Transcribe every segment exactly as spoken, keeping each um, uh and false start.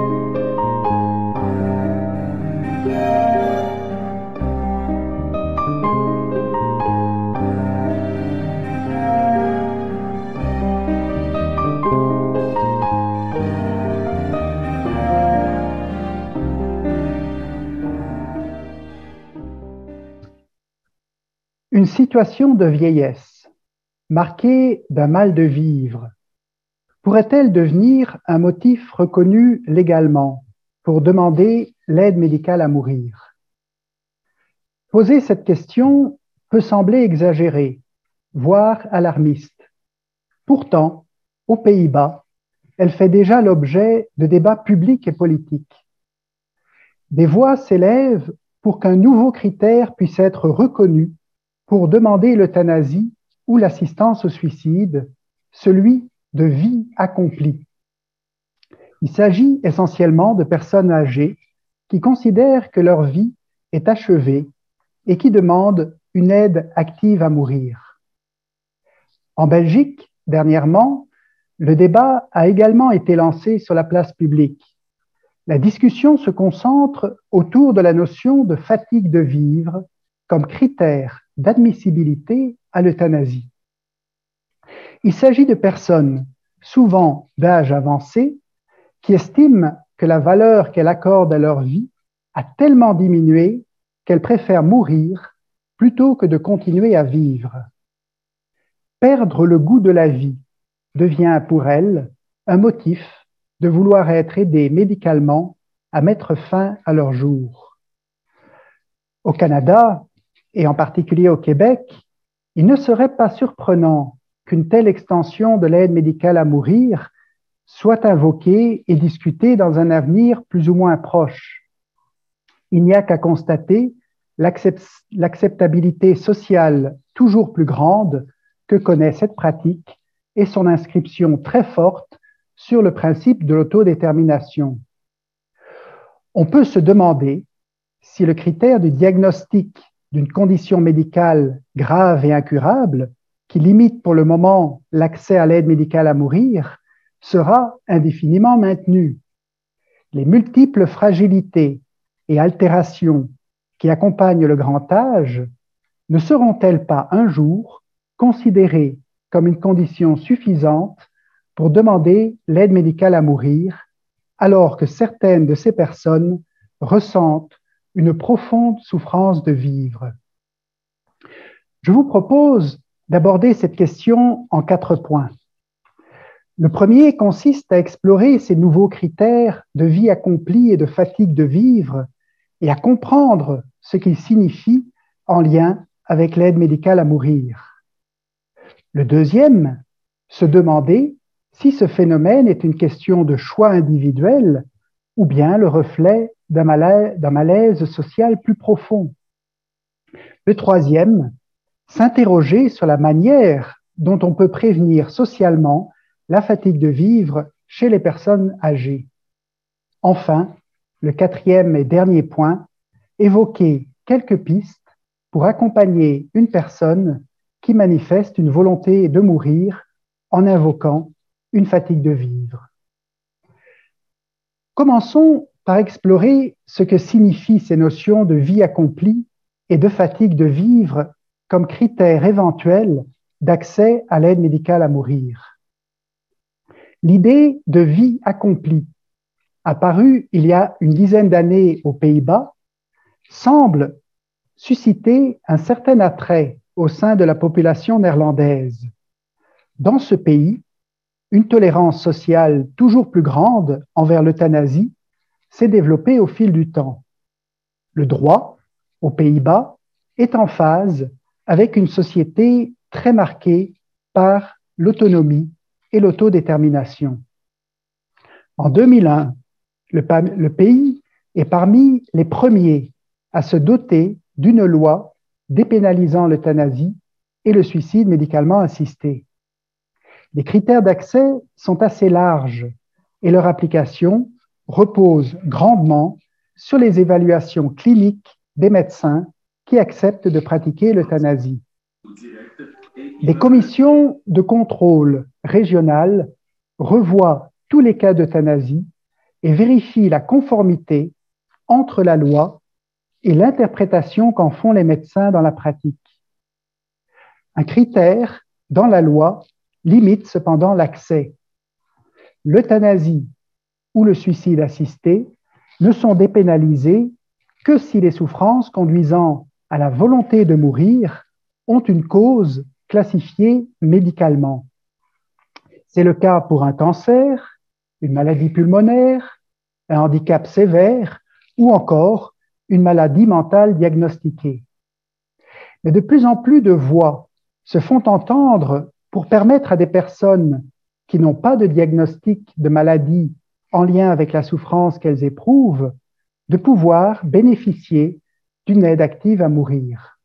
Une situation de vieillesse, marquée d'un mal de vivre, pourrait-elle devenir un motif reconnu légalement pour demander l'aide médicale à mourir? Poser cette question peut sembler exagéré, voire alarmiste. Pourtant, aux Pays-Bas, elle fait déjà l'objet de débats publics et politiques. Des voix s'élèvent pour qu'un nouveau critère puisse être reconnu pour demander l'euthanasie ou l'assistance au suicide, celui de vie accomplie. Il s'agit essentiellement de personnes âgées qui considèrent que leur vie est achevée et qui demandent une aide active à mourir. En Belgique, dernièrement, le débat a également été lancé sur la place publique. La discussion se concentre autour de la notion de fatigue de vivre comme critère d'admissibilité à l'euthanasie. Il s'agit de personnes, souvent d'âge avancé, qui estiment que la valeur qu'elles accordent à leur vie a tellement diminué qu'elles préfèrent mourir plutôt que de continuer à vivre. Perdre le goût de la vie devient pour elles un motif de vouloir être aidées médicalement à mettre fin à leur jour. Au Canada, et en particulier au Québec, il ne serait pas surprenant qu'une telle extension de l'aide médicale à mourir soit invoquée et discutée dans un avenir plus ou moins proche. Il n'y a qu'à constater l'acceptabilité sociale toujours plus grande que connaît cette pratique et son inscription très forte sur le principe de l'autodétermination. On peut se demander si le critère du diagnostic d'une condition médicale grave et incurable, qui limite pour le moment l'accès à l'aide médicale à mourir, sera indéfiniment maintenu. Les multiples fragilités et altérations qui accompagnent le grand âge ne seront-elles pas un jour considérées comme une condition suffisante pour demander l'aide médicale à mourir, alors que certaines de ces personnes ressentent une profonde souffrance de vivre? Je vous propose d'aborder cette question en quatre points. Le premier consiste à explorer ces nouveaux critères de vie accomplie et de fatigue de vivre et à comprendre ce qu'ils signifient en lien avec l'aide médicale à mourir. Le deuxième, se demander si ce phénomène est une question de choix individuel ou bien le reflet d'un malaise, d'un malaise social plus profond. Le troisième, s'interroger sur la manière dont on peut prévenir socialement la fatigue de vivre chez les personnes âgées. Enfin, le quatrième et dernier point, évoquer quelques pistes pour accompagner une personne qui manifeste une volonté de mourir en invoquant une fatigue de vivre. Commençons par explorer ce que signifient ces notions de vie accomplie et de fatigue de vivre comme critères éventuels d'accès à l'aide médicale à mourir. L'idée de vie accomplie, apparue il y a une dizaine d'années aux Pays-Bas, semble susciter un certain attrait au sein de la population néerlandaise. Dans ce pays, une tolérance sociale toujours plus grande envers l'euthanasie s'est développée au fil du temps. Le droit, aux Pays-Bas, est en phase avec une société très marquée par l'autonomie et l'autodétermination. En deux mille un, le, le pays est parmi les premiers à se doter d'une loi dépénalisant l'euthanasie et le suicide médicalement assisté. Les critères d'accès sont assez larges et leur application repose grandement sur les évaluations cliniques des médecins qui acceptent de pratiquer l'euthanasie. Des commissions de contrôle régionales revoient tous les cas d'euthanasie et vérifie la conformité entre la loi et l'interprétation qu'en font les médecins dans la pratique. Un critère dans la loi limite cependant l'accès. L'euthanasie ou le suicide assisté ne sont dépénalisés que si les souffrances conduisant à la volonté de mourir ont une cause classifiée médicalement. C'est le cas pour un cancer, une maladie pulmonaire, un handicap sévère ou encore une maladie mentale diagnostiquée. Mais de plus en plus de voix se font entendre pour permettre à des personnes qui n'ont pas de diagnostic de maladie en lien avec la souffrance qu'elles éprouvent, de pouvoir bénéficier d'une aide active à mourir.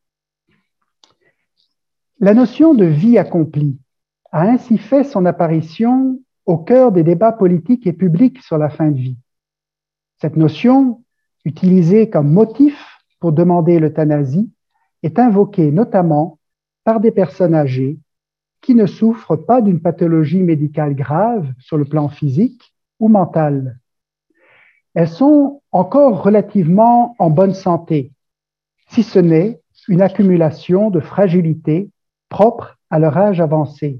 La notion de vie accomplie a ainsi fait son apparition au cœur des débats politiques et publics sur la fin de vie. Cette notion, utilisée comme motif pour demander l'euthanasie, est invoquée notamment par des personnes âgées qui ne souffrent pas d'une pathologie médicale grave sur le plan physique ou mental. Elles sont encore relativement en bonne santé, si ce n'est une accumulation de fragilité propre à leur âge avancé.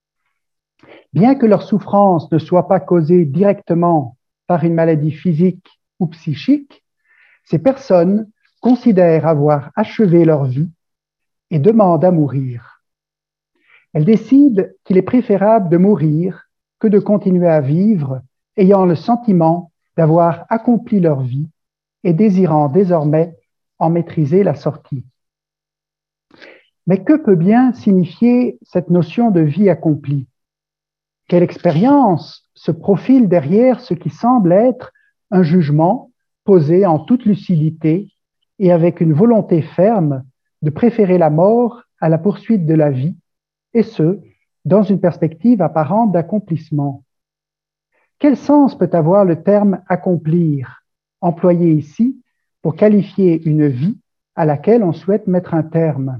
Bien que leur souffrance ne soit pas causée directement par une maladie physique ou psychique, ces personnes considèrent avoir achevé leur vie et demandent à mourir. Elles décident qu'il est préférable de mourir que de continuer à vivre, ayant le sentiment d'avoir accompli leur vie et désirant désormais en maîtriser la sortie. Mais que peut bien signifier cette notion de vie accomplie? Quelle expérience se profile derrière ce qui semble être un jugement posé en toute lucidité et avec une volonté ferme de préférer la mort à la poursuite de la vie, et ce, dans une perspective apparente d'accomplissement? Quel sens peut avoir le terme « accomplir » employé ici pour qualifier une vie à laquelle on souhaite mettre un terme?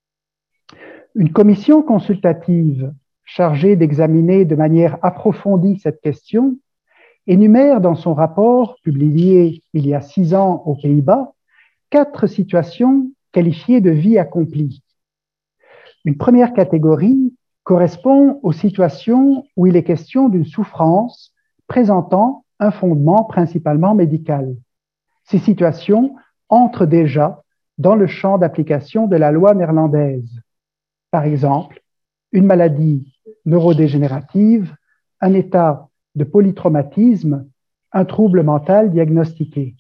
Une commission consultative chargée d'examiner de manière approfondie cette question énumère dans son rapport publié il y a six ans aux Pays-Bas quatre situations qualifiées de vie accomplie. Une première catégorie correspond aux situations où il est question d'une souffrance présentant un fondement principalement médical. Ces situations entrent déjà dans le champ d'application de la loi néerlandaise. Par exemple, une maladie neurodégénérative, un état de polytraumatisme, un trouble mental diagnostiqué.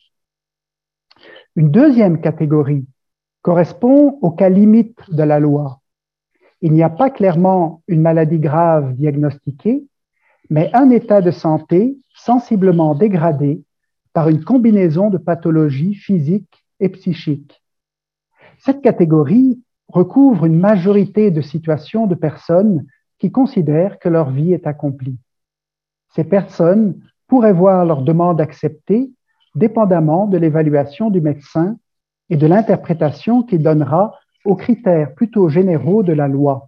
Une deuxième catégorie correspond au cas limite de la loi. Il n'y a pas clairement une maladie grave diagnostiquée, mais un état de santé sensiblement dégradé par une combinaison de pathologies physiques et psychiques. Cette catégorie recouvre une majorité de situations de personnes qui considèrent que leur vie est accomplie. Ces personnes pourraient voir leur demande acceptée dépendamment de l'évaluation du médecin et de l'interprétation qu'il donnera aux critères plutôt généraux de la loi.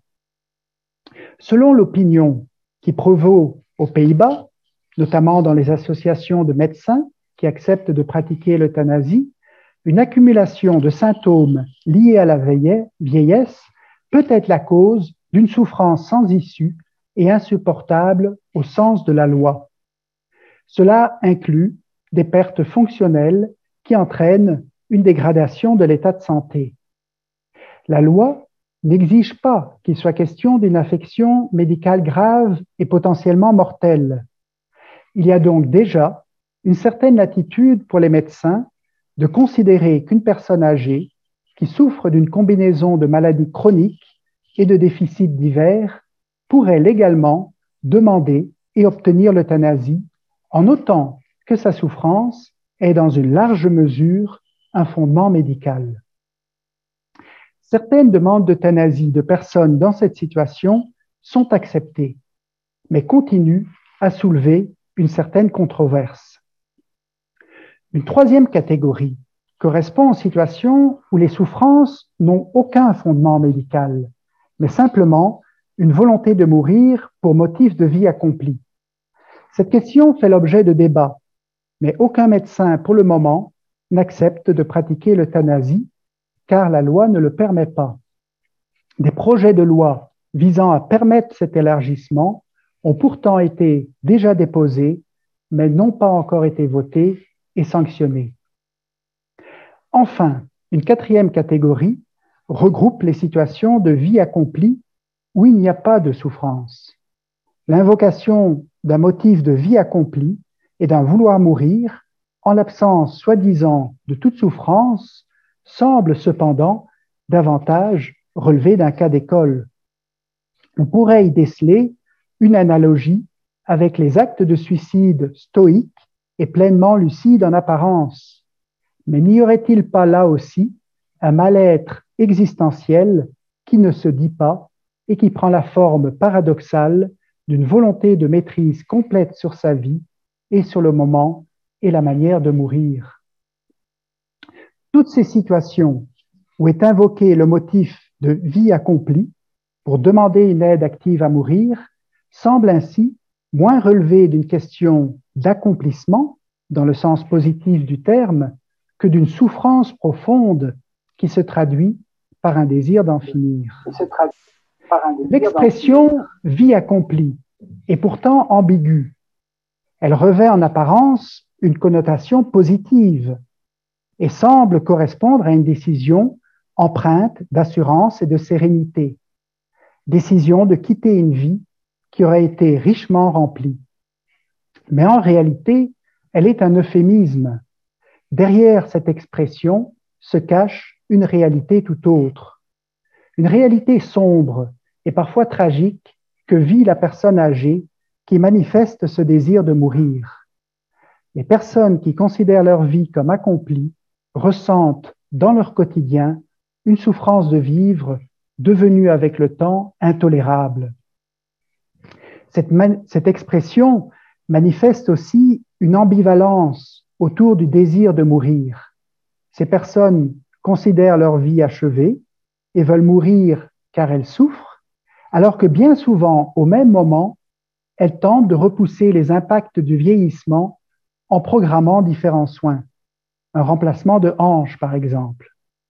Selon l'opinion qui prévaut aux Pays-Bas, notamment dans les associations de médecins qui acceptent de pratiquer l'euthanasie, une accumulation de symptômes liés à la vieillesse peut être la cause d'une souffrance sans issue et insupportable au sens de la loi. Cela inclut des pertes fonctionnelles qui entraînent une dégradation de l'état de santé. La loi n'exige pas qu'il soit question d'une affection médicale grave et potentiellement mortelle. Il y a donc déjà une certaine latitude pour les médecins de considérer qu'une personne âgée qui souffre d'une combinaison de maladies chroniques et de déficits divers pourrait légalement demander et obtenir l'euthanasie en autant que sa souffrance est dans une large mesure un fondement médical. Certaines demandes d'euthanasie de personnes dans cette situation sont acceptées, mais continuent à soulever une certaine controverse. Une troisième catégorie correspond aux situations où les souffrances n'ont aucun fondement médical, mais simplement une volonté de mourir pour motif de vie accomplie. Cette question fait l'objet de débats, mais aucun médecin, pour le moment, n'accepte de pratiquer l'euthanasie, car la loi ne le permet pas. Des projets de loi visant à permettre cet élargissement ont pourtant été déjà déposés, mais n'ont pas encore été votés et sanctionnés. Enfin, une quatrième catégorie regroupe les situations de vie accomplie où il n'y a pas de souffrance. L'invocation d'un motif de vie accomplie et d'un vouloir mourir, en l'absence soi-disant de toute souffrance, semble cependant davantage relever d'un cas d'école. On pourrait y déceler une analogie avec les actes de suicide stoïques et pleinement lucides en apparence. Mais n'y aurait-il pas là aussi un mal-être existentiel qui ne se dit pas et qui prend la forme paradoxale d'une volonté de maîtrise complète sur sa vie et sur le moment et la manière de mourir? Toutes ces situations où est invoqué le motif de vie accomplie pour demander une aide active à mourir semblent ainsi moins relever d'une question d'accomplissement, dans le sens positif du terme, que d'une souffrance profonde qui se traduit par un désir d'en finir. L'expression « vie accomplie » est pourtant ambiguë. Elle revêt en apparence une connotation positive et semble correspondre à une décision empreinte d'assurance et de sérénité, décision de quitter une vie qui aurait été richement remplie. Mais en réalité, elle est un euphémisme. Derrière cette expression se cache une réalité tout autre, une réalité sombre et parfois tragique que vit la personne âgée qui manifeste ce désir de mourir. Les personnes qui considèrent leur vie comme accomplie ressentent dans leur quotidien une souffrance de vivre devenue avec le temps intolérable. Cette, cette expression manifeste aussi une ambivalence autour du désir de mourir. Ces personnes considèrent leur vie achevée et veulent mourir car elles souffrent, alors que bien souvent, au même moment, elles tentent de repousser les impacts du vieillissement en programmant différents soins, un remplacement de hanche par exemple.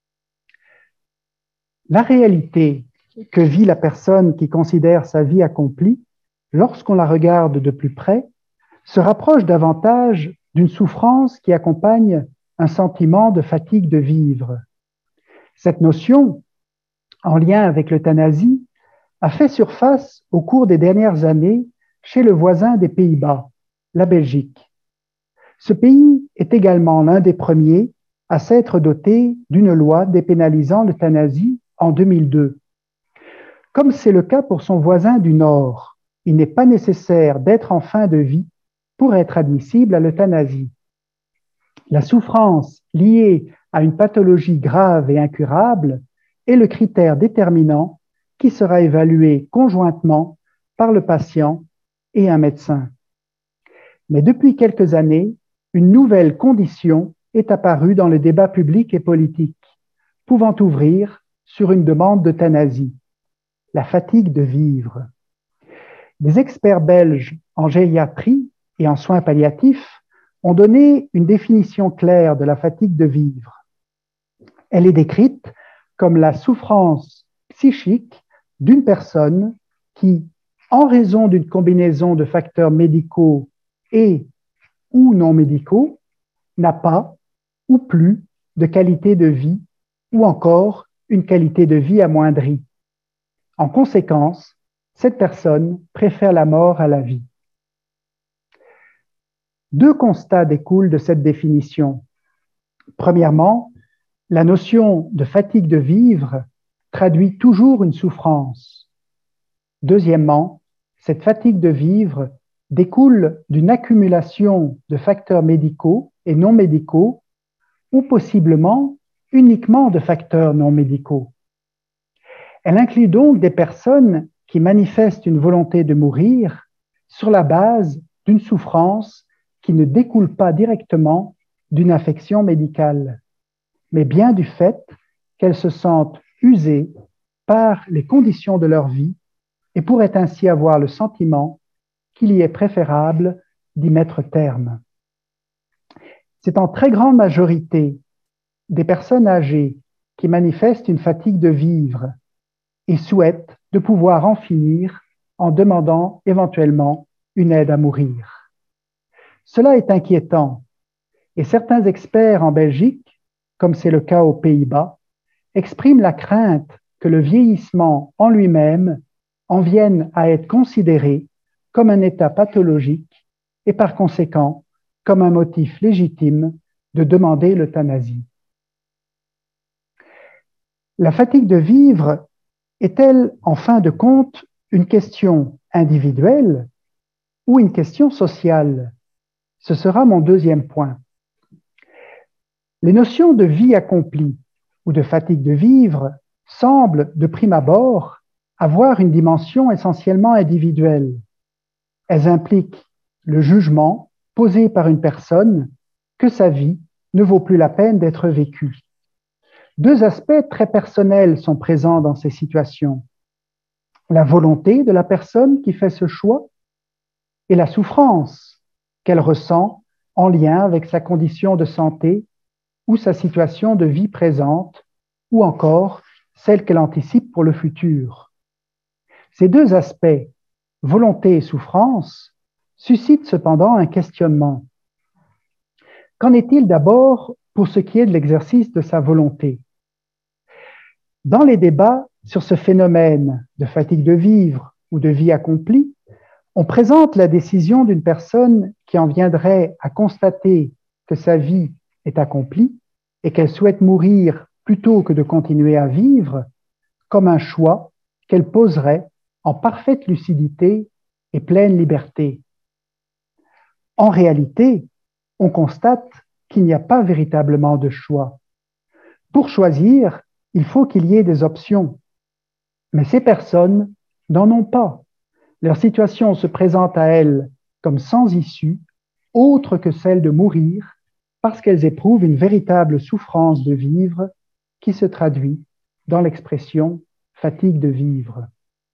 La réalité que vit la personne qui considère sa vie accomplie, lorsqu'on la regarde de plus près, se rapproche davantage d'une souffrance qui accompagne un sentiment de fatigue de vivre. Cette notion, en lien avec l'euthanasie, a fait surface au cours des dernières années chez le voisin des Pays-Bas, la Belgique. Ce pays est également l'un des premiers à s'être doté d'une loi dépénalisant l'euthanasie en deux mille deux. Comme c'est le cas pour son voisin du Nord, il n'est pas nécessaire d'être en fin de vie pour être admissible à l'euthanasie. La souffrance liée à une pathologie grave et incurable est le critère déterminant qui sera évalué conjointement par le patient et un médecin. Mais depuis quelques années, une nouvelle condition est apparue dans le débat public et politique, pouvant ouvrir sur une demande d'euthanasie, la fatigue de vivre. Des experts belges en gériatrie et en soins palliatifs ont donné une définition claire de la fatigue de vivre. Elle est décrite comme la souffrance psychique d'une personne qui, en raison d'une combinaison de facteurs médicaux et ou non médicaux, n'a pas ou plus de qualité de vie ou encore une qualité de vie amoindrie. En conséquence, cette personne préfère la mort à la vie. Deux constats découlent de cette définition. Premièrement, la notion de fatigue de vivre traduit toujours une souffrance. Deuxièmement, cette fatigue de vivre découle d'une accumulation de facteurs médicaux et non médicaux ou possiblement uniquement de facteurs non médicaux. Elle inclut donc des personnes qui manifestent une volonté de mourir sur la base d'une souffrance qui ne découle pas directement d'une affection médicale, mais bien du fait qu'elles se sentent usées par les conditions de leur vie et pourraient ainsi avoir le sentiment qu'il y est préférable d'y mettre terme. C'est en très grande majorité des personnes âgées qui manifestent une fatigue de vivre et souhaitent de pouvoir en finir en demandant éventuellement une aide à mourir. Cela est inquiétant et certains experts en Belgique, comme c'est le cas aux Pays-Bas, expriment la crainte que le vieillissement en lui-même en vienne à être considéré comme un état pathologique et par conséquent comme un motif légitime de demander l'euthanasie. La fatigue de vivre est-elle, en fin de compte, une question individuelle ou une question sociale? Ce sera mon deuxième point. Les notions de vie accomplie ou de fatigue de vivre semblent, de prime abord, avoir une dimension essentiellement individuelle. Elles impliquent le jugement posé par une personne que sa vie ne vaut plus la peine d'être vécue. Deux aspects très personnels sont présents dans ces situations. La volonté de la personne qui fait ce choix et la souffrance qu'elle ressent en lien avec sa condition de santé ou sa situation de vie présente, ou encore celle qu'elle anticipe pour le futur. Ces deux aspects, volonté et souffrance, suscitent cependant un questionnement. Qu'en est-il d'abord pour ce qui est de l'exercice de sa volonté? Dans les débats sur ce phénomène de fatigue de vivre ou de vie accomplie, on présente la décision d'une personne qui en viendrait à constater que sa vie est accomplie et qu'elle souhaite mourir plutôt que de continuer à vivre comme un choix qu'elle poserait en parfaite lucidité et pleine liberté. En réalité, on constate qu'il n'y a pas véritablement de choix. Pour choisir, il faut qu'il y ait des options. Mais ces personnes n'en ont pas. Leur situation se présente à elles comme sans issue, autre que celle de mourir, parce qu'elles éprouvent une véritable souffrance de vivre qui se traduit dans l'expression fatigue de vivre.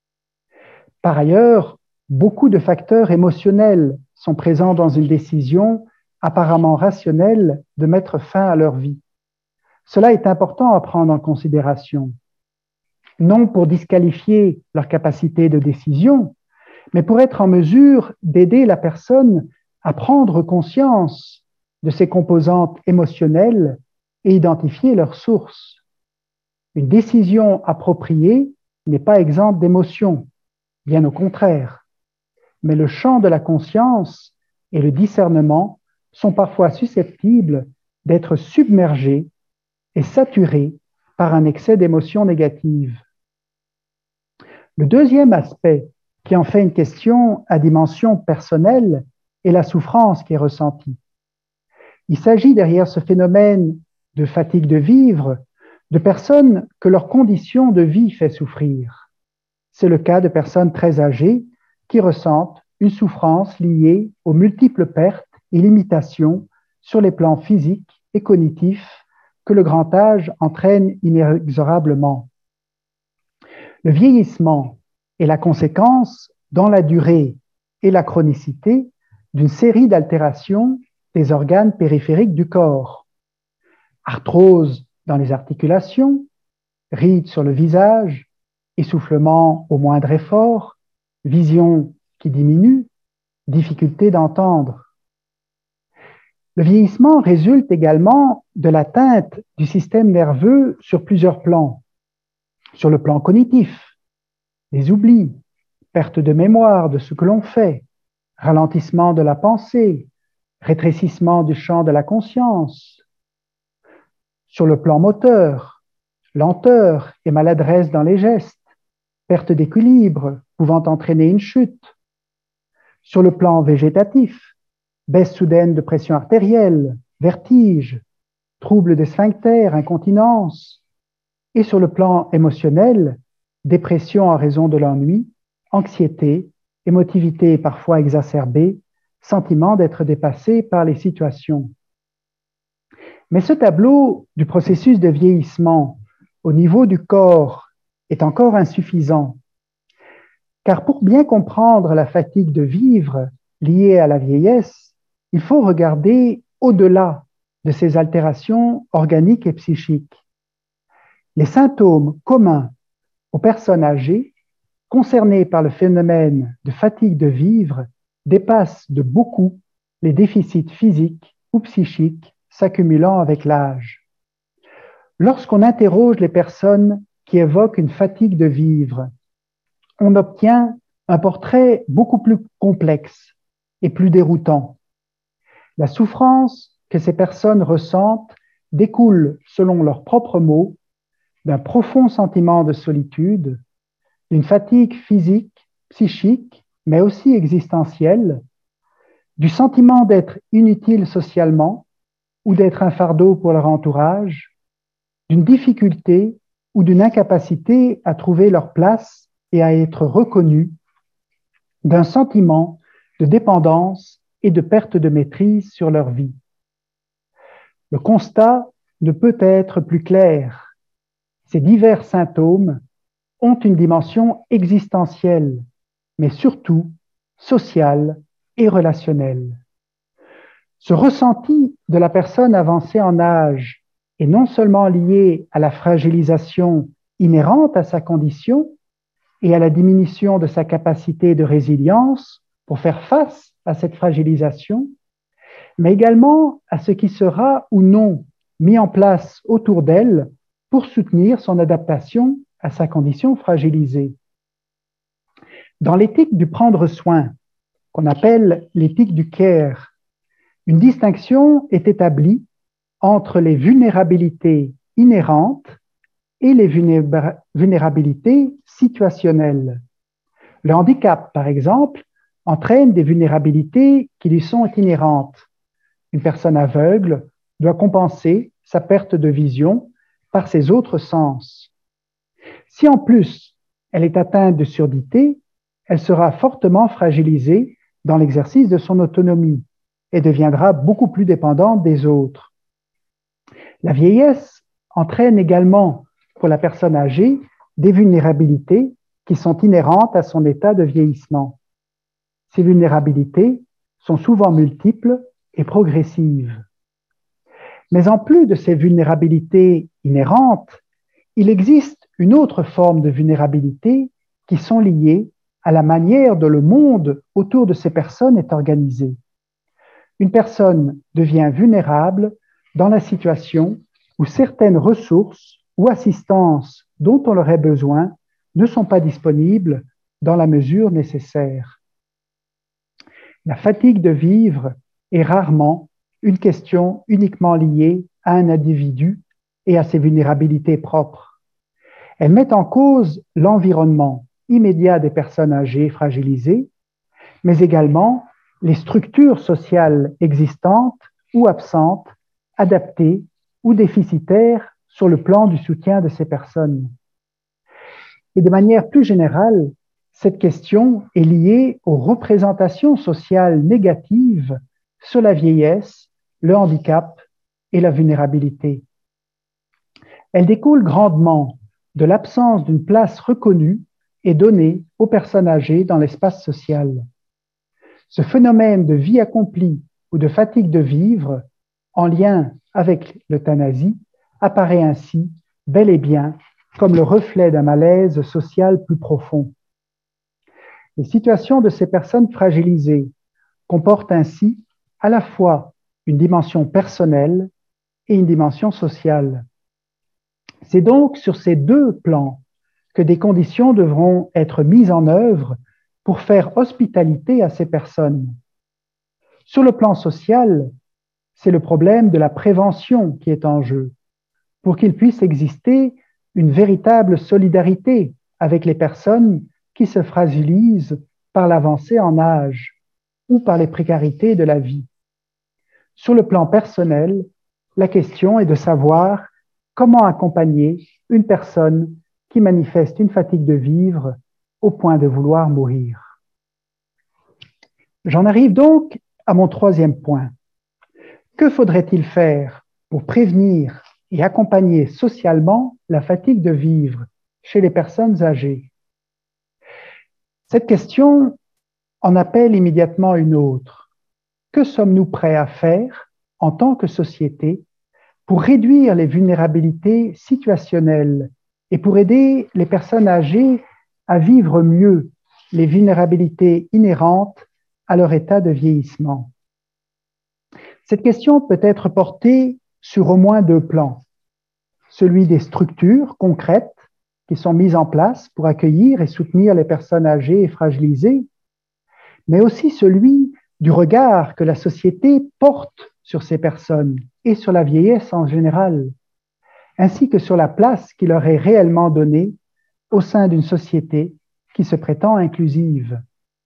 Par ailleurs, beaucoup de facteurs émotionnels sont présents dans une décision apparemment rationnelle de mettre fin à leur vie. Cela est important à prendre en considération, non pour disqualifier leur capacité de décision, mais pour être en mesure d'aider la personne à prendre conscience de ses composantes émotionnelles et identifier leurs sources. Une décision appropriée n'est pas exempte d'émotions, bien au contraire, mais le champ de la conscience et le discernement sont parfois susceptibles d'être submergés et saturés par un excès d'émotions négatives. Le deuxième aspect qui en fait une question à dimension personnelle est la souffrance qui est ressentie. Il s'agit derrière ce phénomène de fatigue de vivre de personnes que leur condition de vie fait souffrir. C'est le cas de personnes très âgées qui ressentent une souffrance liée aux multiples pertes et limitations sur les plans physiques et cognitifs que le grand âge entraîne inexorablement. Le vieillissement est la conséquence, dans la durée et la chronicité, d'une série d'altérations des organes périphériques du corps. Arthrose dans les articulations, rides sur le visage, essoufflement au moindre effort, vision qui diminue, difficulté d'entendre. Le vieillissement résulte également de l'atteinte du système nerveux sur plusieurs plans. Sur le plan cognitif, les oublis, perte de mémoire de ce que l'on fait, ralentissement de la pensée, rétrécissement du champ de la conscience. Sur le plan moteur, lenteur et maladresse dans les gestes, perte d'équilibre pouvant entraîner une chute. Sur le plan végétatif, baisse soudaine de pression artérielle, vertige, troubles des sphincters, incontinence. Et sur le plan émotionnel, dépression en raison de l'ennui, anxiété, émotivité parfois exacerbée, sentiment d'être dépassé par les situations. Mais ce tableau du processus de vieillissement au niveau du corps est encore insuffisant, car pour bien comprendre la fatigue de vivre liée à la vieillesse, il faut regarder au-delà de ces altérations organiques et psychiques. Les symptômes communs aux personnes âgées concernées par le phénomène de fatigue de vivre dépassent de beaucoup les déficits physiques ou psychiques s'accumulant avec l'âge. Lorsqu'on interroge les personnes qui évoquent une fatigue de vivre, on obtient un portrait beaucoup plus complexe et plus déroutant. La souffrance que ces personnes ressentent découle, selon leurs propres mots, d'un profond sentiment de solitude, d'une fatigue physique, psychique, mais aussi existentielle, du sentiment d'être inutile socialement ou d'être un fardeau pour leur entourage, d'une difficulté ou d'une incapacité à trouver leur place et à être reconnus, d'un sentiment de dépendance et de perte de maîtrise sur leur vie. Le constat ne peut être plus clair. Ces divers symptômes ont une dimension existentielle, mais surtout sociale et relationnelle. Ce ressenti de la personne avancée en âge est non seulement lié à la fragilisation inhérente à sa condition et à la diminution de sa capacité de résilience pour faire face à cette fragilisation, mais également à ce qui sera ou non mis en place autour d'elle pour soutenir son adaptation à sa condition fragilisée. Dans l'éthique du prendre soin, qu'on appelle l'éthique du care, une distinction est établie entre les vulnérabilités inhérentes et les vulnérabilités situationnelles. Le handicap, par exemple, entraîne des vulnérabilités qui lui sont inhérentes. Une personne aveugle doit compenser sa perte de vision par ses autres sens. Si en plus elle est atteinte de surdité, elle sera fortement fragilisée dans l'exercice de son autonomie et deviendra beaucoup plus dépendante des autres. La vieillesse entraîne également pour la personne âgée des vulnérabilités qui sont inhérentes à son état de vieillissement. Ces vulnérabilités sont souvent multiples et progressives. Mais en plus de ces vulnérabilités inhérentes, il existe une autre forme de vulnérabilité qui sont liées à la manière dont le monde autour de ces personnes est organisé. Une personne devient vulnérable dans la situation où certaines ressources ou assistances dont on aurait besoin ne sont pas disponibles dans la mesure nécessaire. La fatigue de vivre est rarement une question uniquement liée à un individu et à ses vulnérabilités propres. Elle met en cause l'environnement immédiat des personnes âgées fragilisées, mais également les structures sociales existantes ou absentes, adaptées ou déficitaires sur le plan du soutien de ces personnes. Et de manière plus générale, cette question est liée aux représentations sociales négatives sur la vieillesse, le handicap et la vulnérabilité. Elle découle grandement de l'absence d'une place reconnue et donnée aux personnes âgées dans l'espace social. Ce phénomène de vie accomplie ou de fatigue de vivre, en lien avec l'euthanasie, apparaît ainsi bel et bien comme le reflet d'un malaise social plus profond. Les situations de ces personnes fragilisées comportent ainsi à la fois une dimension personnelle et une dimension sociale. C'est donc sur ces deux plans que des conditions devront être mises en œuvre pour faire hospitalité à ces personnes. Sur le plan social, c'est le problème de la prévention qui est en jeu, pour qu'il puisse exister une véritable solidarité avec les personnes qui se fragilisent par l'avancée en âge ou par les précarités de la vie. Sur le plan personnel, la question est de savoir comment accompagner une personne qui manifeste une fatigue de vivre au point de vouloir mourir. J'en arrive donc à mon troisième point. Que faudrait-il faire pour prévenir et accompagner socialement la fatigue de vivre chez les personnes âgées? Cette question en appelle immédiatement une autre. Que sommes-nous prêts à faire en tant que société pour réduire les vulnérabilités situationnelles et pour aider les personnes âgées à vivre mieux les vulnérabilités inhérentes à leur état de vieillissement? Cette question peut être portée sur au moins deux plans. Celui des structures concrètes qui sont mises en place pour accueillir et soutenir les personnes âgées et fragilisées, mais aussi celui du regard que la société porte sur ces personnes et sur la vieillesse en général, ainsi que sur la place qui leur est réellement donnée au sein d'une société qui se prétend inclusive.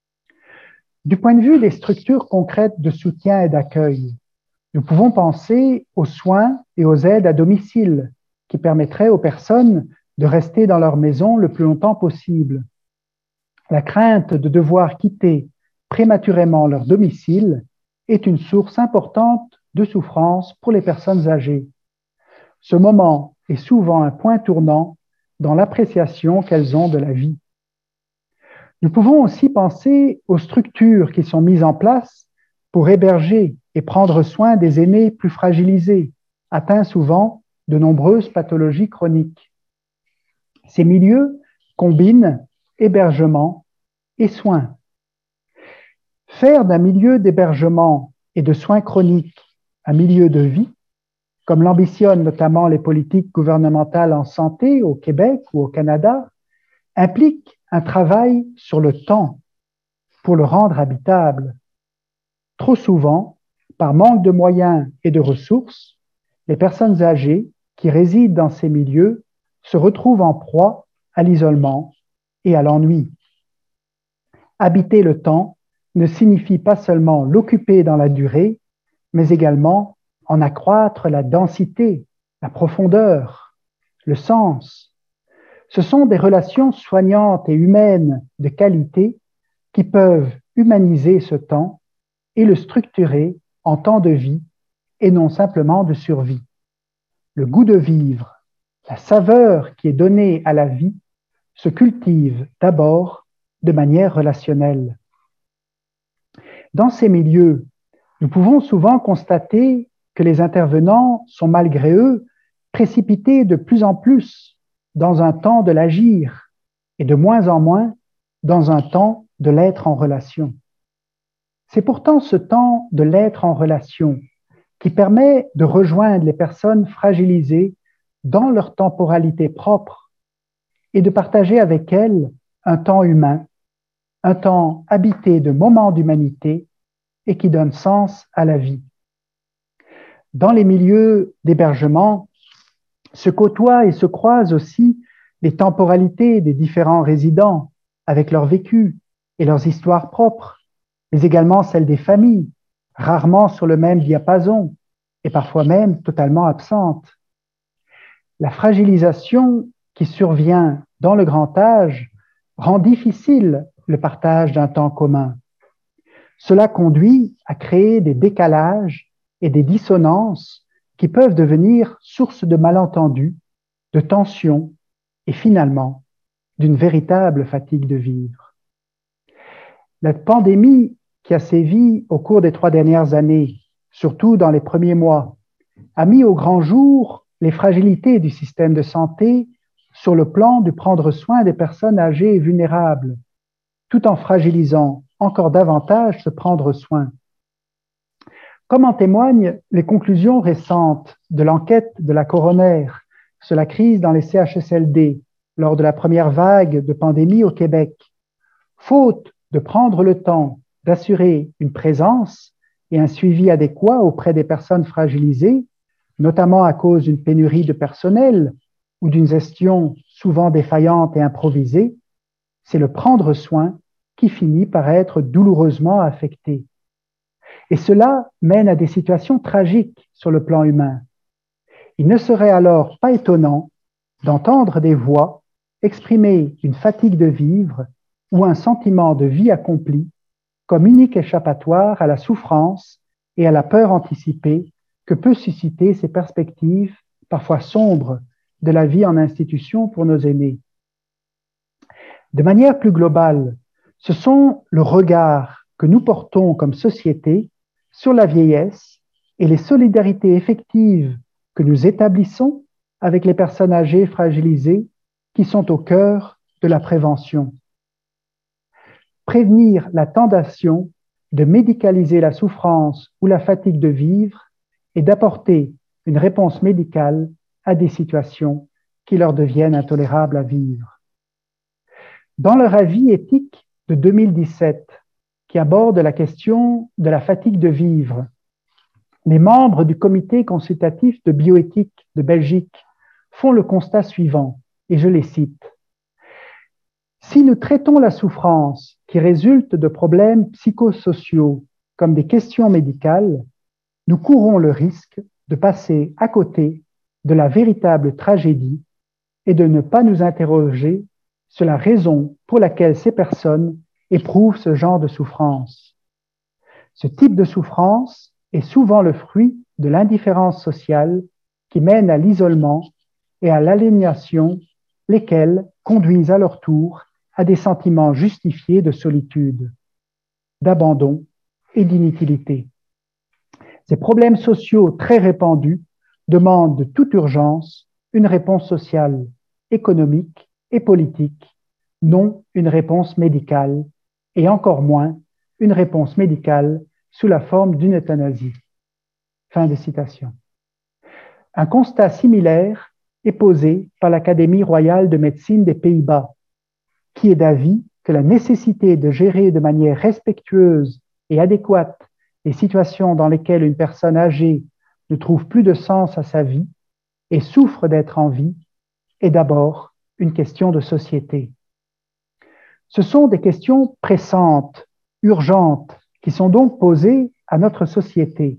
Du point de vue des structures concrètes de soutien et d'accueil, nous pouvons penser aux soins et aux aides à domicile qui permettraient aux personnes de rester dans leur maison le plus longtemps possible. La crainte de devoir quitter prématurément leur domicile est une source importante de souffrance pour les personnes âgées. Ce moment est souvent un point tournant dans l'appréciation qu'elles ont de la vie. Nous pouvons aussi penser aux structures qui sont mises en place pour héberger et prendre soin des aînés plus fragilisés, atteints souvent de nombreuses pathologies chroniques. Ces milieux combinent hébergement et soins. Faire d'un milieu d'hébergement et de soins chroniques un milieu de vie, comme l'ambitionnent notamment les politiques gouvernementales en santé au Québec ou au Canada, implique un travail sur le temps pour le rendre habitable. Trop souvent, par manque de moyens et de ressources, les personnes âgées qui résident dans ces milieux se retrouvent en proie à l'isolement et à l'ennui. Habiter le temps ne signifie pas seulement l'occuper dans la durée, mais également en accroître la densité, la profondeur, le sens. Ce sont des relations soignantes et humaines de qualité qui peuvent humaniser ce temps et le structurer en temps de vie et non simplement de survie. Le goût de vivre, la saveur qui est donnée à la vie se cultive d'abord de manière relationnelle. Dans ces milieux, nous pouvons souvent constater que les intervenants sont malgré eux précipités de plus en plus dans un temps de l'agir et de moins en moins dans un temps de l'être en relation. C'est pourtant ce temps de l'être en relation qui permet de rejoindre les personnes fragilisées dans leur temporalité propre et de partager avec elles un temps humain, un temps habité de moments d'humanité et qui donne sens à la vie. Dans les milieux d'hébergement, se côtoient et se croisent aussi les temporalités des différents résidents avec leur vécu et leurs histoires propres, mais également celles des familles, rarement sur le même diapason et parfois même totalement absentes. La fragilisation qui survient dans le grand âge rend difficile le partage d'un temps commun. Cela conduit à créer des décalages et des dissonances qui peuvent devenir source de malentendus, de tensions et finalement d'une véritable fatigue de vivre. La pandémie qui a sévi au cours des trois dernières années, surtout dans les premiers mois, a mis au grand jour les fragilités du système de santé sur le plan de prendre soin des personnes âgées et vulnérables, tout en fragilisant encore davantage se prendre soin. Comme en témoignent les conclusions récentes de l'enquête de la coroner sur la crise dans les C H S L D lors de la première vague de pandémie au Québec, faute de prendre le temps d'assurer une présence et un suivi adéquat auprès des personnes fragilisées, notamment à cause d'une pénurie de personnel ou d'une gestion souvent défaillante et improvisée, c'est le prendre soin qui finit par être douloureusement affecté. Et cela mène à des situations tragiques sur le plan humain. Il ne serait alors pas étonnant d'entendre des voix exprimer une fatigue de vivre ou un sentiment de vie accomplie comme unique échappatoire à la souffrance et à la peur anticipée que peut susciter ces perspectives parfois sombres de la vie en institution pour nos aînés. De manière plus globale, ce sont le regard que nous portons comme société sur la vieillesse et les solidarités effectives que nous établissons avec les personnes âgées fragilisées qui sont au cœur de la prévention. Prévenir la tentation de médicaliser la souffrance ou la fatigue de vivre et d'apporter une réponse médicale à des situations qui leur deviennent intolérables à vivre. Dans leur avis éthique de deux mille dix-sept, qui aborde la question de la fatigue de vivre, les membres du comité consultatif de bioéthique de Belgique font le constat suivant, et je les cite. Si nous traitons la souffrance qui résulte de problèmes psychosociaux comme des questions médicales, nous courons le risque de passer à côté de la véritable tragédie et de ne pas nous interroger sur la raison pour laquelle ces personnes éprouvent ce genre de souffrance. Ce type de souffrance est souvent le fruit de l'indifférence sociale qui mène à l'isolement et à l'aliénation, lesquels conduisent à leur tour à des sentiments justifiés de solitude, d'abandon et d'inutilité. Ces problèmes sociaux très répandus demandent de toute urgence une réponse sociale, économique et politique, non une réponse médicale, et encore moins une réponse médicale sous la forme d'une euthanasie. Fin de citation. Un constat similaire est posé par l'Académie royale de médecine des Pays-Bas, qui est d'avis que la nécessité de gérer de manière respectueuse et adéquate les situations dans lesquelles une personne âgée ne trouve plus de sens à sa vie et souffre d'être en vie est d'abord une question de société. Ce sont des questions pressantes, urgentes, qui sont donc posées à notre société.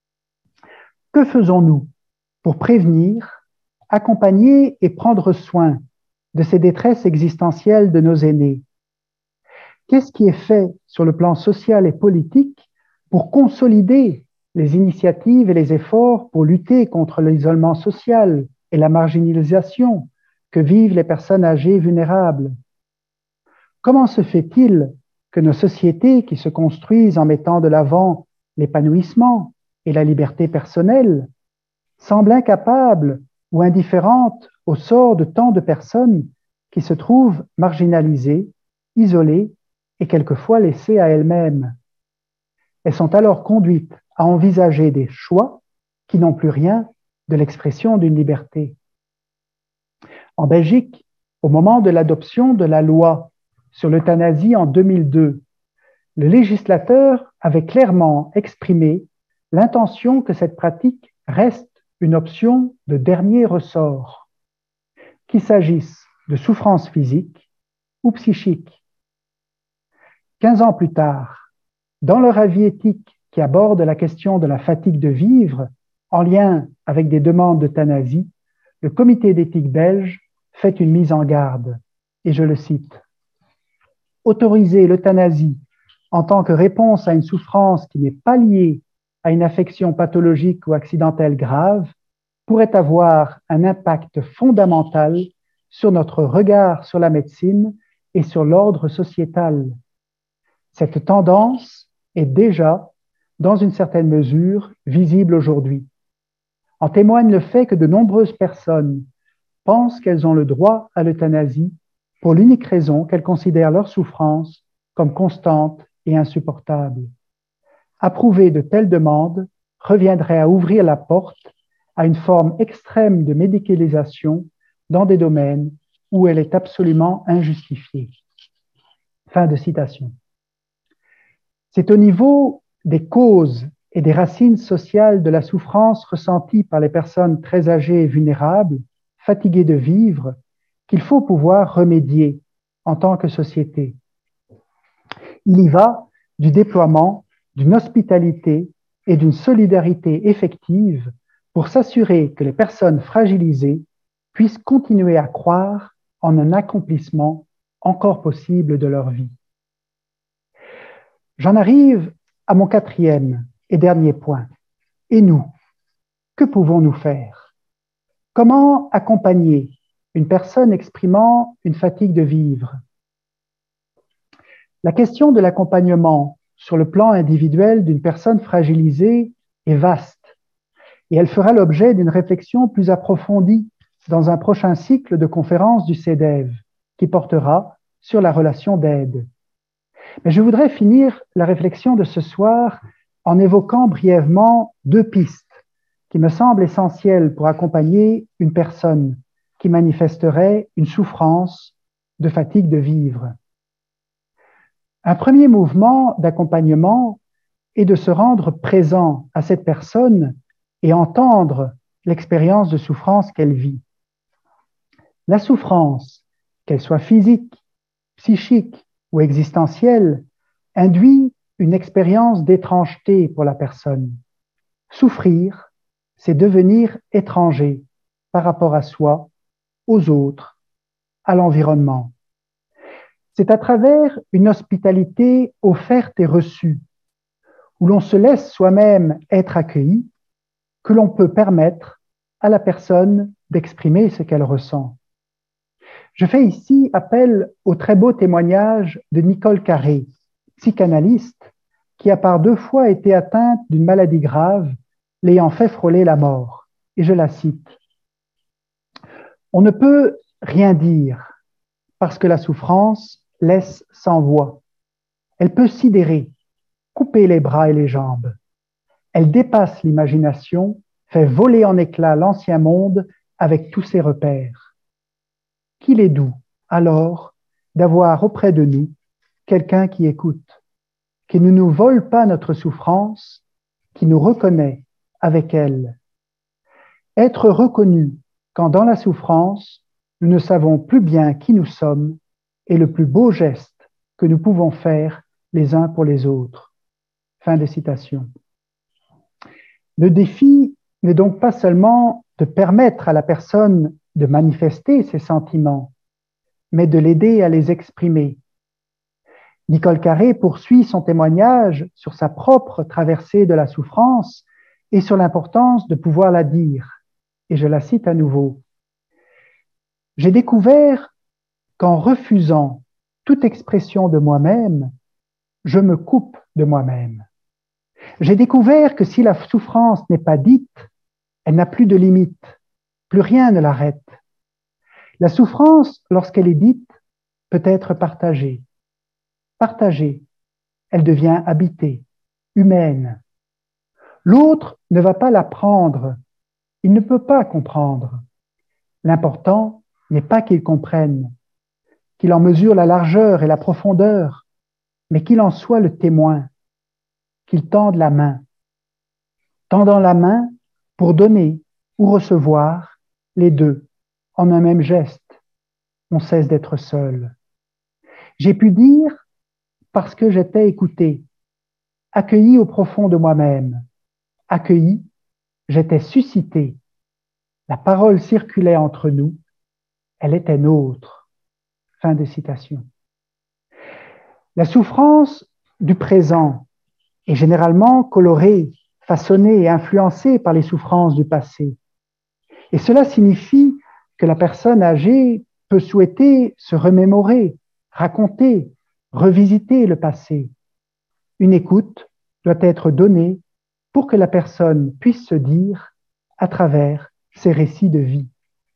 Que faisons-nous pour prévenir, accompagner et prendre soin de ces détresses existentielles de nos aînés? Qu'est-ce qui est fait sur le plan social et politique pour consolider les initiatives et les efforts pour lutter contre l'isolement social et la marginalisation que vivent les personnes âgées vulnérables? Comment se fait-il que nos sociétés qui se construisent en mettant de l'avant l'épanouissement et la liberté personnelle semblent incapables ou indifférentes au sort de tant de personnes qui se trouvent marginalisées, isolées et quelquefois laissées à elles-mêmes? Elles sont alors conduites à envisager des choix qui n'ont plus rien de l'expression d'une liberté. En Belgique, au moment de l'adoption de la loi sur l'euthanasie en deux mille deux, le législateur avait clairement exprimé l'intention que cette pratique reste une option de dernier ressort, qu'il s'agisse de souffrance physique ou psychique. Quinze ans plus tard, dans leur avis éthique qui aborde la question de la fatigue de vivre en lien avec des demandes d'euthanasie, le comité d'éthique belge fait une mise en garde, et je le cite. « Autoriser l'euthanasie en tant que réponse à une souffrance qui n'est pas liée à une affection pathologique ou accidentelle grave pourrait avoir un impact fondamental sur notre regard sur la médecine et sur l'ordre sociétal. Cette tendance est déjà, dans une certaine mesure, visible aujourd'hui. En témoigne le fait que de nombreuses personnes pensent qu'elles ont le droit à l'euthanasie pour l'unique raison qu'elles considèrent leur souffrance comme constante et insupportable. Approuver de telles demandes reviendrait à ouvrir la porte à une forme extrême de médicalisation dans des domaines où elle est absolument injustifiée. » Fin de citation. C'est au niveau des causes et des racines sociales de la souffrance ressentie par les personnes très âgées et vulnérables, fatiguées de vivre, qu'il faut pouvoir remédier en tant que société. Il y va du déploiement d'une hospitalité et d'une solidarité effective pour s'assurer que les personnes fragilisées puissent continuer à croire en un accomplissement encore possible de leur vie. J'en arrive à mon quatrième et dernier point. Et nous, que pouvons-nous faire? Comment accompagner une personne exprimant une fatigue de vivre? La question de l'accompagnement sur le plan individuel d'une personne fragilisée est vaste et elle fera l'objet d'une réflexion plus approfondie dans un prochain cycle de conférences du C E D E V qui portera sur la relation d'aide. Mais je voudrais finir la réflexion de ce soir en évoquant brièvement deux pistes qui me semblent essentielles pour accompagner une personne qui manifesterait une souffrance de fatigue de vivre. Un premier mouvement d'accompagnement est de se rendre présent à cette personne et entendre l'expérience de souffrance qu'elle vit. La souffrance, qu'elle soit physique, psychique ou existentielle, induit une expérience d'étrangeté pour la personne. Souffrir, c'est devenir étranger par rapport à soi, aux autres, à l'environnement. C'est à travers une hospitalité offerte et reçue, où l'on se laisse soi-même être accueilli, que l'on peut permettre à la personne d'exprimer ce qu'elle ressent. Je fais ici appel au très beau témoignage de Nicole Carré, psychanalyste, qui a par deux fois été atteinte d'une maladie grave, l'ayant fait frôler la mort. Et je la cite. « On ne peut rien dire parce que la souffrance laisse sans voix. Elle peut sidérer, couper les bras et les jambes. Elle dépasse l'imagination, fait voler en éclats l'ancien monde avec tous ses repères. Qu'il est doux, alors, d'avoir auprès de nous quelqu'un qui écoute, qui ne nous vole pas notre souffrance, qui nous reconnaît avec elle. Être reconnu quand dans la souffrance, nous ne savons plus bien qui nous sommes est le plus beau geste que nous pouvons faire les uns pour les autres. » Fin de citation. Le défi n'est donc pas seulement de permettre à la personne de manifester ses sentiments, mais de l'aider à les exprimer. Nicole Carré poursuit son témoignage sur sa propre traversée de la souffrance et sur l'importance de pouvoir la dire. Et je la cite à nouveau. « J'ai découvert qu'en refusant toute expression de moi-même, je me coupe de moi-même. J'ai découvert que si la souffrance n'est pas dite, elle n'a plus de limite, plus rien ne l'arrête. La souffrance, lorsqu'elle est dite, peut être partagée. Partagée, elle devient habitée, humaine. L'autre ne va pas la prendre, il ne peut pas comprendre. L'important n'est pas qu'il comprenne, qu'il en mesure la largeur et la profondeur, mais qu'il en soit le témoin, qu'il tende la main. Tendant la main pour donner ou recevoir, les deux, en un même geste, on cesse d'être seul. J'ai pu dire parce que j'étais écouté, accueilli au profond de moi-même. Accueilli, j'étais suscité. La parole circulait entre nous, elle était nôtre. » Fin de citation. La souffrance du présent est généralement colorée, façonnée et influencée par les souffrances du passé. Et cela signifie que la personne âgée peut souhaiter se remémorer, raconter, revisiter le passé. Une écoute doit être donnée pour que la personne puisse se dire à travers ses récits de vie.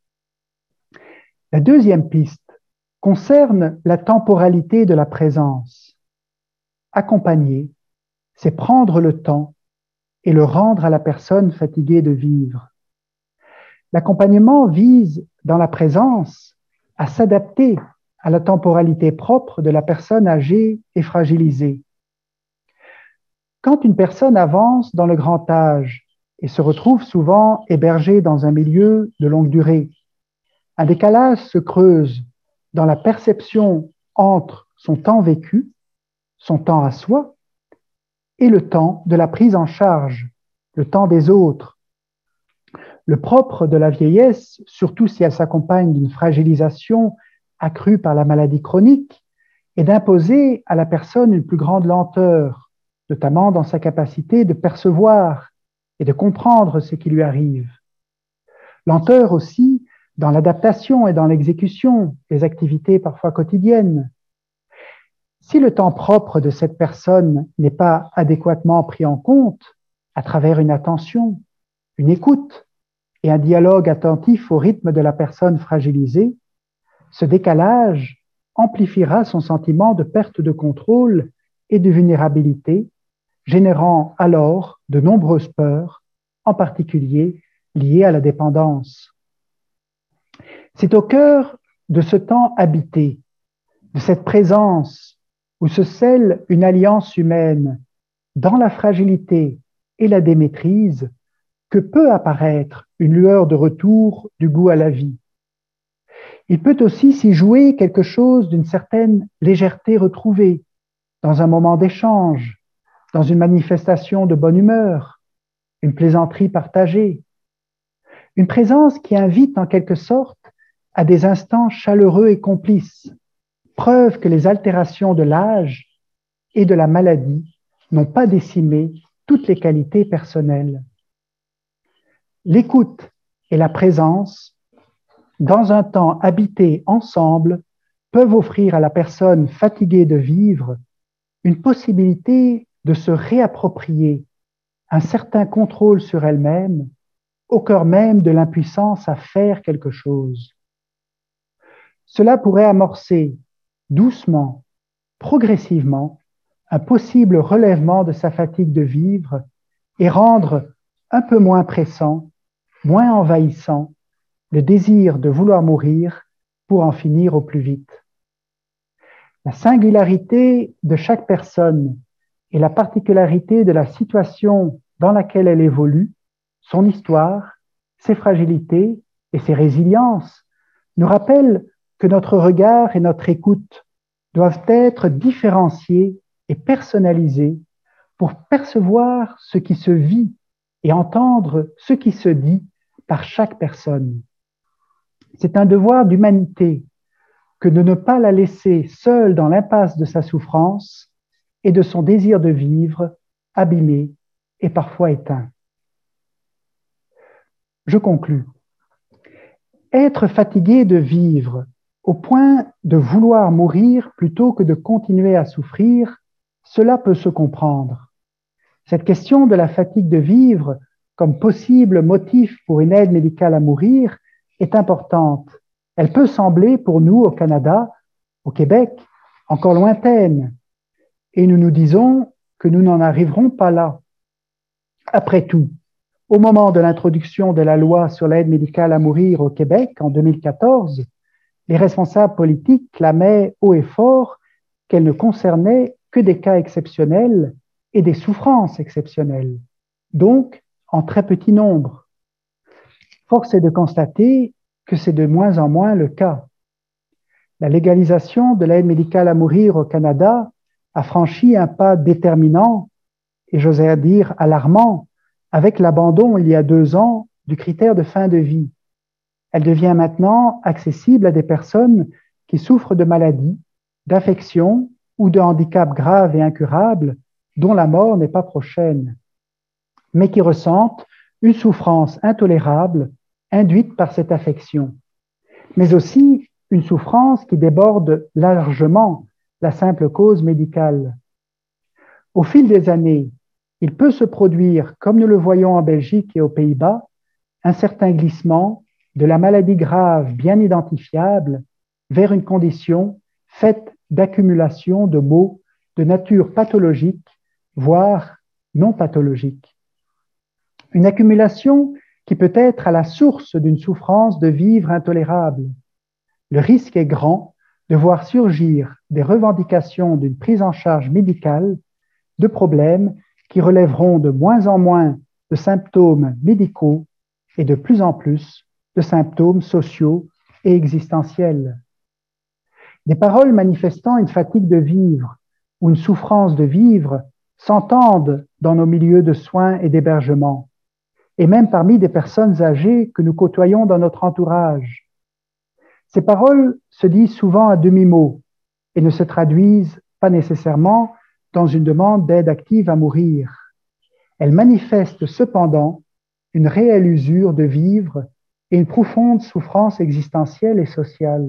La deuxième piste concerne la temporalité de la présence. Accompagner, c'est prendre le temps et le rendre à la personne fatiguée de vivre. L'accompagnement vise, dans la présence, à s'adapter à la temporalité propre de la personne âgée et fragilisée. Quand une personne avance dans le grand âge et se retrouve souvent hébergée dans un milieu de longue durée, un décalage se creuse dans la perception entre son temps vécu, son temps à soi, et le temps de la prise en charge, le temps des autres. Le propre de la vieillesse, surtout si elle s'accompagne d'une fragilisation accrue par la maladie chronique, est d'imposer à la personne une plus grande lenteur, notamment dans sa capacité de percevoir et de comprendre ce qui lui arrive. Lenteur aussi dans l'adaptation et dans l'exécution des activités parfois quotidiennes. Si le temps propre de cette personne n'est pas adéquatement pris en compte à travers une attention, une écoute et un dialogue attentif au rythme de la personne fragilisée, ce décalage amplifiera son sentiment de perte de contrôle et de vulnérabilité, générant alors de nombreuses peurs, en particulier liées à la dépendance. C'est au cœur de ce temps habité, de cette présence où se scelle une alliance humaine dans la fragilité et la démaîtrise, que peut apparaître une lueur de retour du goût à la vie. Il peut aussi s'y jouer quelque chose d'une certaine légèreté retrouvée, dans un moment d'échange, dans une manifestation de bonne humeur, une plaisanterie partagée, une présence qui invite en quelque sorte à des instants chaleureux et complices, preuve que les altérations de l'âge et de la maladie n'ont pas décimé toutes les qualités personnelles. L'écoute et la présence, dans un temps habité ensemble, peuvent offrir à la personne fatiguée de vivre une possibilité de se réapproprier un certain contrôle sur elle-même au cœur même de l'impuissance à faire quelque chose. Cela pourrait amorcer doucement, progressivement, un possible relèvement de sa fatigue de vivre et rendre un peu moins pressant, moins envahissant, le désir de vouloir mourir pour en finir au plus vite. La singularité de chaque personne et la particularité de la situation dans laquelle elle évolue, son histoire, ses fragilités et ses résiliences, nous rappellent que notre regard et notre écoute doivent être différenciés et personnalisés pour percevoir ce qui se vit et entendre ce qui se dit par chaque personne. C'est un devoir d'humanité que de ne pas la laisser seule dans l'impasse de sa souffrance et de son désir de vivre, abîmé et parfois éteint. Je conclus. Être fatigué de vivre au point de vouloir mourir plutôt que de continuer à souffrir, cela peut se comprendre. Cette question de la fatigue de vivre comme possible motif pour une aide médicale à mourir est importante. Elle peut sembler pour nous au Canada, au Québec, encore lointaine. Et nous nous disons que nous n'en arriverons pas là. Après tout, au moment de l'introduction de la loi sur l'aide médicale à mourir au Québec en deux mille quatorze, les responsables politiques clamaient haut et fort qu'elle ne concernait que des cas exceptionnels et des souffrances exceptionnelles, donc en très petit nombre. Force est de constater que c'est de moins en moins le cas. La légalisation de l'aide médicale à mourir au Canada a franchi un pas déterminant et j'osais dire alarmant avec l'abandon il y a deux ans du critère de fin de vie. Elle devient maintenant accessible à des personnes qui souffrent de maladies, d'affections ou de handicaps graves et incurables dont la mort n'est pas prochaine, mais qui ressentent une souffrance intolérable induite par cette affection, mais aussi une souffrance qui déborde largement la simple cause médicale. Au fil des années, il peut se produire, comme nous le voyons en Belgique et aux Pays-Bas, un certain glissement de la maladie grave bien identifiable vers une condition faite d'accumulation de maux de nature pathologique, voire non pathologique. Une accumulation qui peut être à la source d'une souffrance de vivre intolérable. Le risque est grand de voir surgir des revendications d'une prise en charge médicale de problèmes qui relèveront de moins en moins de symptômes médicaux et de plus en plus de symptômes sociaux et existentiels. Des paroles manifestant une fatigue de vivre ou une souffrance de vivre s'entendent dans nos milieux de soins et d'hébergement, et même parmi des personnes âgées que nous côtoyons dans notre entourage. Ces paroles se disent souvent à demi-mot et ne se traduisent pas nécessairement dans une demande d'aide active à mourir. Elles manifestent cependant une réelle usure de vivre et une profonde souffrance existentielle et sociale.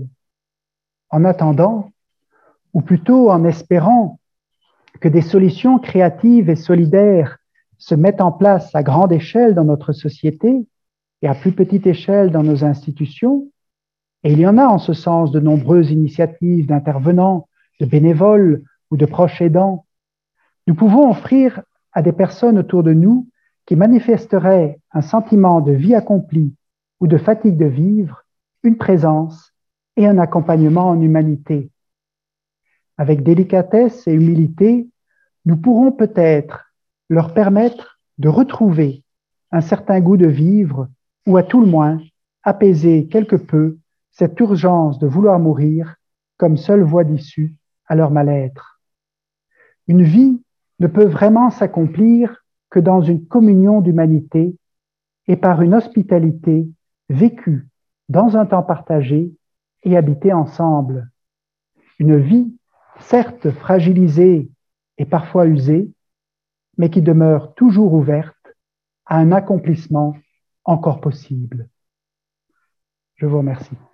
En attendant, ou plutôt en espérant que des solutions créatives et solidaires se mettent en place à grande échelle dans notre société et à plus petite échelle dans nos institutions. Et il y en a en ce sens de nombreuses initiatives d'intervenants, de bénévoles ou de proches aidants. Nous pouvons offrir à des personnes autour de nous qui manifesteraient un sentiment de vie accomplie ou de fatigue de vivre, une présence et un accompagnement en humanité. Avec délicatesse et humilité, nous pourrons peut-être leur permettre de retrouver un certain goût de vivre ou à tout le moins apaiser quelque peu cette urgence de vouloir mourir comme seule voie d'issue à leur mal-être. Une vie ne peut vraiment s'accomplir que dans une communion d'humanité et par une hospitalité vécue dans un temps partagé et habité ensemble. Une vie, certes fragilisée et parfois usée, mais qui demeure toujours ouverte à un accomplissement encore possible. Je vous remercie.